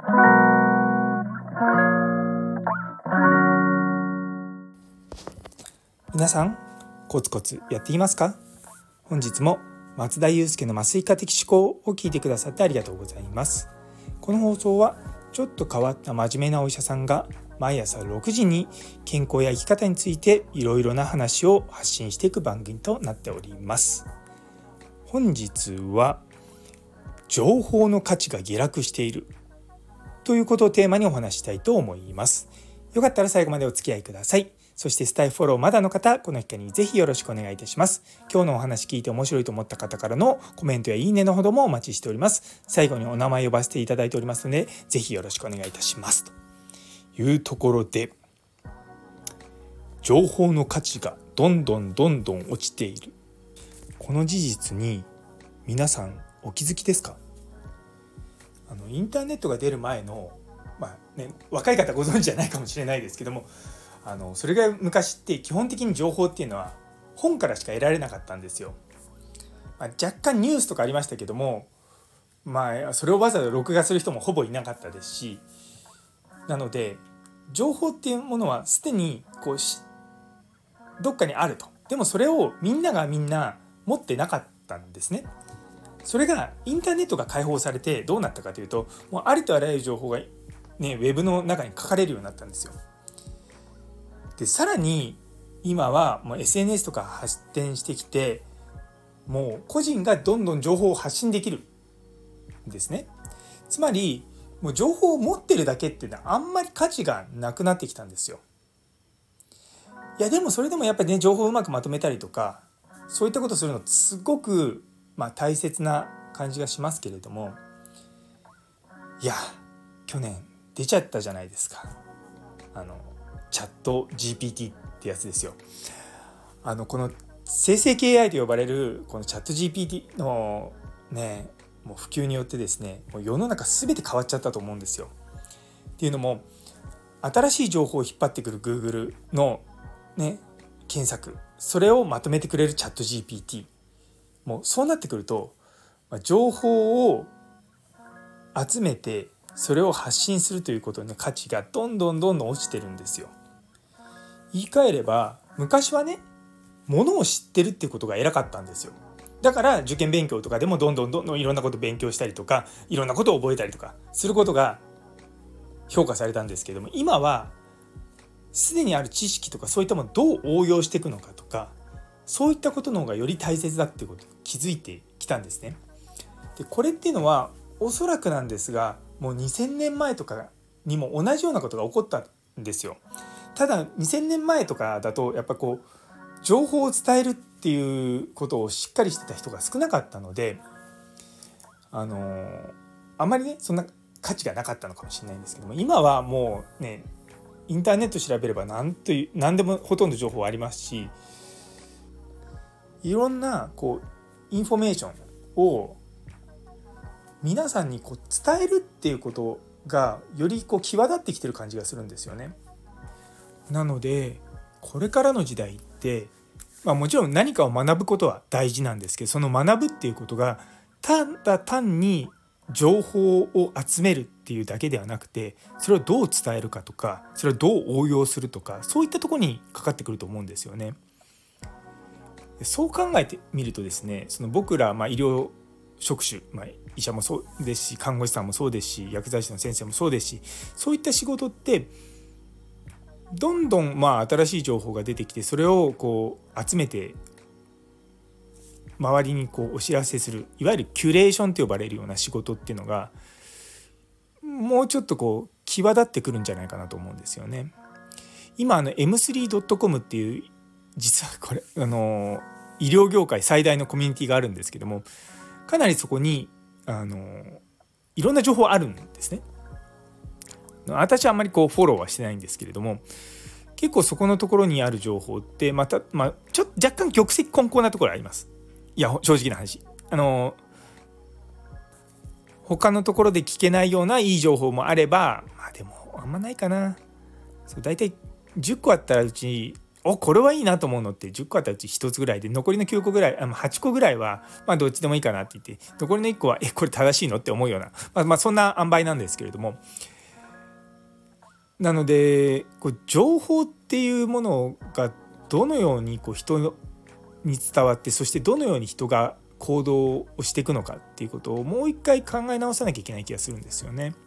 皆さんコツコツやっていますか？本日も松田祐介の麻酔科的思考を聞いてくださってありがとうございます。この放送はちょっと変わった真面目なお医者さんが毎朝6時に健康や生き方についていろいろな話を発信していく番組となっております。本日は情報の価値が下落しているということをテーマにお話したいと思います。よかったら最後までお付き合いください。そしてスタイフフォローまだの方、この機会にぜひよろしくお願いいたします。今日のお話聞いて面白いと思った方からのコメントやいいねのほどもお待ちしております。最後にお名前呼ばせていただいておりますので、ぜひよろしくお願いいたします。というところで、情報の価値がどんどん落ちている。この事実に皆さんお気づきですか？インターネットが出る前の、若い方ご存知じゃないかもしれないですけども、それが昔って基本的に情報っていうのは本からしか得られなかったんですよ。若干ニュースとかありましたけども、それをわざわざ録画する人もほぼいなかったですし、なので情報っていうものはすでにどっかにあると。でもそれをみんなが持ってなかったんですね。それがインターネットが開放されてどうなったかというと、もうありとあらゆる情報がウェブの中に書かれるようになったんですよ。でさらに今はもう SNS とか発展してきて、もう個人がどんどん情報を発信できるんですね。つまりもう情報を持ってるだけっていうのはあんまり価値がなくなってきたんですよ。いやでもそれでもやっぱりね、情報をうまくまとめたりとかそういったことをするのすごく大切な感じがしますけれども、いや去年出ちゃったじゃないですか、チャット GPT ってやつですよ。この生成系 AI と呼ばれるこのチャット GPT のもう普及によってですね、もう世の中全て変わっちゃったと思うんですよ。っていうのも、新しい情報を引っ張ってくる Google の検索、それをまとめてくれるチャット GPT、 もうそうなってくると、情報を集めてそれを発信するということの価値がどんどん落ちてるんですよ。言い換えれば昔はものを知ってるっていうことが偉かったんですよ。だから受験勉強とかでもどんどんいろんなことを勉強したりとか、いろんなことを覚えたりとかすることが評価されたんですけども、今はすでにある知識とかそういったものをどう応用していくのかとか、そういったことの方がより大切だっていうことに気づいてきたんですね。でこれっていうのはおそらくなんですが、もう2000年前とかにも同じようなことが起こったんですよ。ただ2000年前とかだとやっぱ情報を伝えるっていうことをしっかりしてた人が少なかったので、あまりそんな価値がなかったのかもしれないんですけども、今はもうインターネット調べれば何でもほとんど情報ありますし、いろんなインフォメーションを皆さんに伝えるっていうことがより際立ってきてる感じがするんですよね。なのでこれからの時代って、もちろん何かを学ぶことは大事なんですけど、その学ぶっていうことがただ単に情報を集めるっていうだけではなくて、それをどう伝えるかとか、それをどう応用するとか、そういったところにかかってくると思うんですよね。そう考えてみるとですね、その僕ら、医療職種、医者もそうですし、看護師さんもそうですし、薬剤師の先生もそうですし、そういった仕事ってどんどん新しい情報が出てきて、それを集めて周りにお知らせする、いわゆるキュレーションと呼ばれるような仕事っていうのがもうちょっと際立ってくるんじゃないかなと思うんですよね。今M3.com っていう、実はこれ医療業界最大のコミュニティがあるんですけども、かなりそこにいろんな情報あるんですね。私はあんまりフォローはしてないんですけれども、結構そこのところにある情報ってちょっと若干玉石混交なところあります。いや正直な話、他のところで聞けないようないい情報もあれば、でもあんまないかな。だいたい10個あったらうちこれはいいなと思うのって10個あったうち1つぐらいで、残りの9個ぐらい8個ぐらいはどっちでもいいかなって言って、残りの1個はこれ正しいのって思うような、そんな塩梅なんですけれども、なので情報っていうものがどのように人に伝わって、そしてどのように人が行動をしていくのかっていうことをもう一回考え直さなきゃいけない気がするんですよね。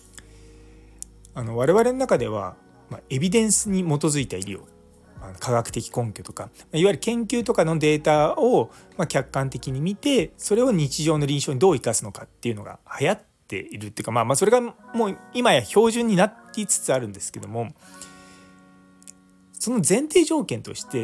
我々の中では、エビデンスに基づいた医療、科学的根拠とかいわゆる研究とかのデータを客観的に見て、それを日常の臨床にどう生かすのかっていうのが流行っているっていうか、それがもう今や標準になりつつあるんですけども、その前提条件として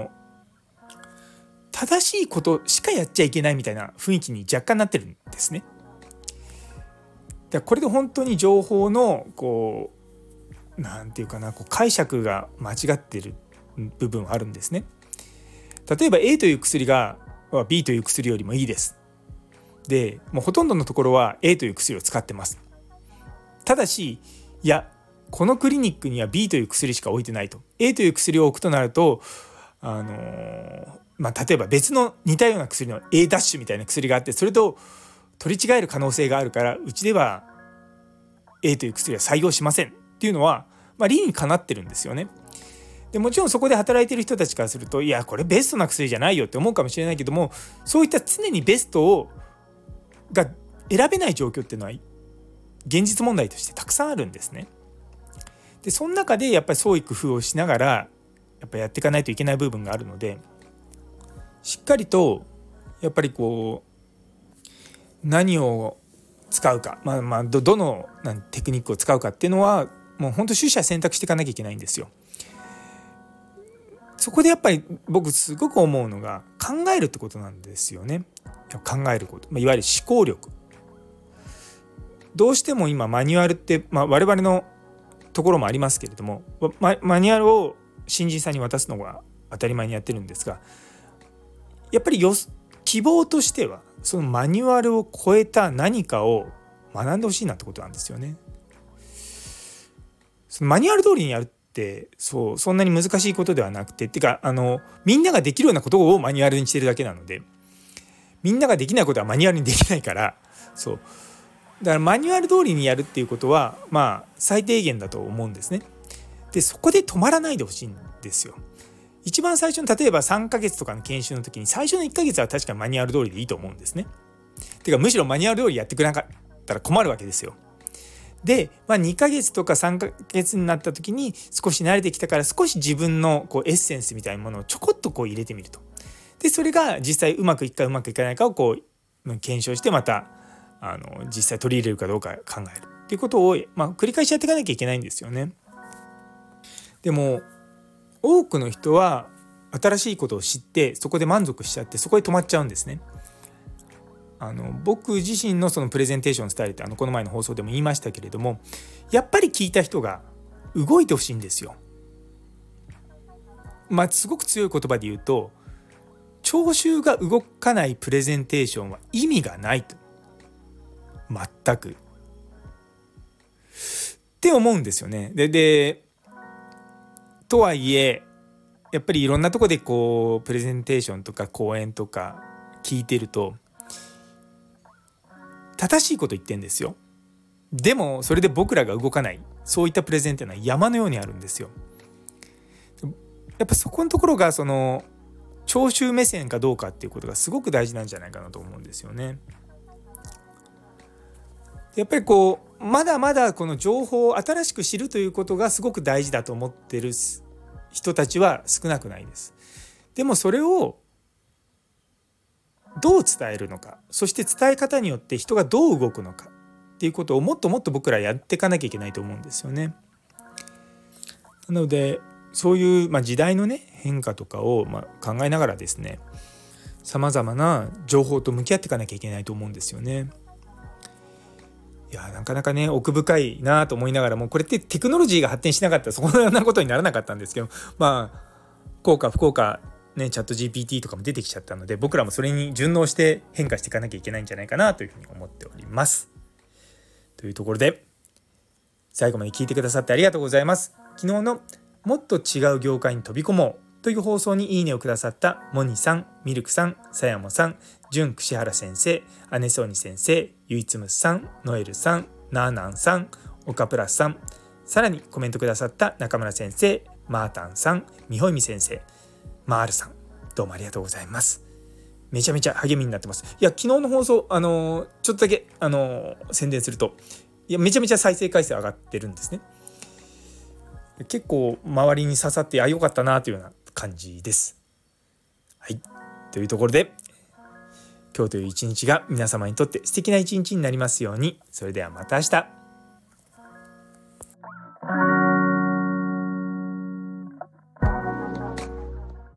正しいことしかやっちゃいけないみたいな雰囲気に若干なってるんですね。これで本当に情報のなんていうかな、解釈が間違ってる部分はあるんですね。例えば A という薬が B という薬よりもいいです。でもうほとんどのところは A という薬を使ってます。ただしこのクリニックには B という薬しか置いてないと。A という薬を置くとなると例えば別の似たような薬の A ダッシュみたいな薬があって、それと取り違える可能性があるから、うちでは A という薬は採用しませんっていうのは、理にかなってるんですよね。でもちろんそこで働いてる人たちからすると、これベストな薬じゃないよって思うかもしれないけども、そういった常にベストが選べない状況っていうのは現実問題としてたくさんあるんですね。でその中でやっぱり創意工夫をしながらやっていかないといけない部分があるので、しっかりとやっぱり何を使うか、どのテクニックを使うかっていうのはもう本当取捨選択していかなきゃいけないんですよ。そこでやっぱり僕すごく思うのが考えるってことなんですよね。考えること、いわゆる思考力。どうしても今マニュアルって、我々のところもありますけれども、マニュアルを新人さんに渡すのが当たり前にやってるんですが、やっぱり希望としてはそのマニュアルを超えた何かを学んでほしいなってことなんですよね。そのマニュアル通りにやるってそんなに難しいことではなくて、みんなができるようなことをマニュアルにしてるだけなので、みんなができないことはマニュアルにできないから、だからマニュアル通りにやるっていうことは最低限だと思うんですね。でそこで止まらないでほしいんですよ。一番最初に例えば3ヶ月とかの研修の時に最初の1ヶ月は確かにマニュアル通りでいいと思うんですね。てかむしろマニュアル通りやってくれなかったら困るわけですよ。で、2ヶ月とか3ヶ月になった時に少し慣れてきたから、少し自分のエッセンスみたいなものをちょこっと入れてみると。でそれが実際うまくいくかうまくいかないかを検証して、また実際取り入れるかどうか考えるっていうことを、繰り返しやっていかなきゃいけないんですよね。でも多くの人は新しいことを知ってそこで満足しちゃって、そこで止まっちゃうんですね。僕自身のそのプレゼンテーションスタイルってこの前の放送でも言いましたけれども、やっぱり聞いた人が動いてほしいんですよ。すごく強い言葉で言うと、聴衆が動かないプレゼンテーションは意味がないと、全くって思うんですよね。でとはいえやっぱりいろんなとこでプレゼンテーションとか講演とか聞いてると正しいこと言ってんですよ。でもそれで僕らが動かない、そういったプレゼンっていうのは山のようにあるんですよ。やっぱそこのところが聴衆目線かどうかっていうことがすごく大事なんじゃないかなと思うんですよね。やっぱりまだまだこの情報を新しく知るということがすごく大事だと思ってる人たちは少なくないです。でもそれをどう伝えるのか、そして伝え方によって人がどう動くのかっていうことをもっともっと僕らやっていかなきゃいけないと思うんですよね。なのでそういう時代の変化とかを考えながらですね、さまざまな情報と向き合っていかなきゃいけないと思うんですよね。なかなか奥深いなと思いながらも、これってテクノロジーが発展しなかったらそんなことにならなかったんですけど、幸か不幸かチャット GPT とかも出てきちゃったので、僕らもそれに順応して変化していかなきゃいけないんじゃないかなというふうに思っております。というところで最後まで聞いてくださってありがとうございます。昨日のもっと違う業界に飛び込もうという放送にいいねをくださったモニさん、ミルクさん、さやもさん、ジュン・クシハラ先生、アネソーニ先生、ゆいつむさん、ノエルさん、ナーナンさん、オカプラスさん、さらにコメントくださった中村先生、マータンさん、ミホイミ先生、マールさん、どうもありがとうございます。めちゃめちゃ励みになってます。いや、昨日の放送、ちょっとだけ、宣伝すると、いや、めちゃめちゃ再生回数上がってるんですね。結構周りに刺さって、良かったなというような感じです。はい。というところで、今日という一日が皆様にとって素敵な一日になりますように。それではまた明日。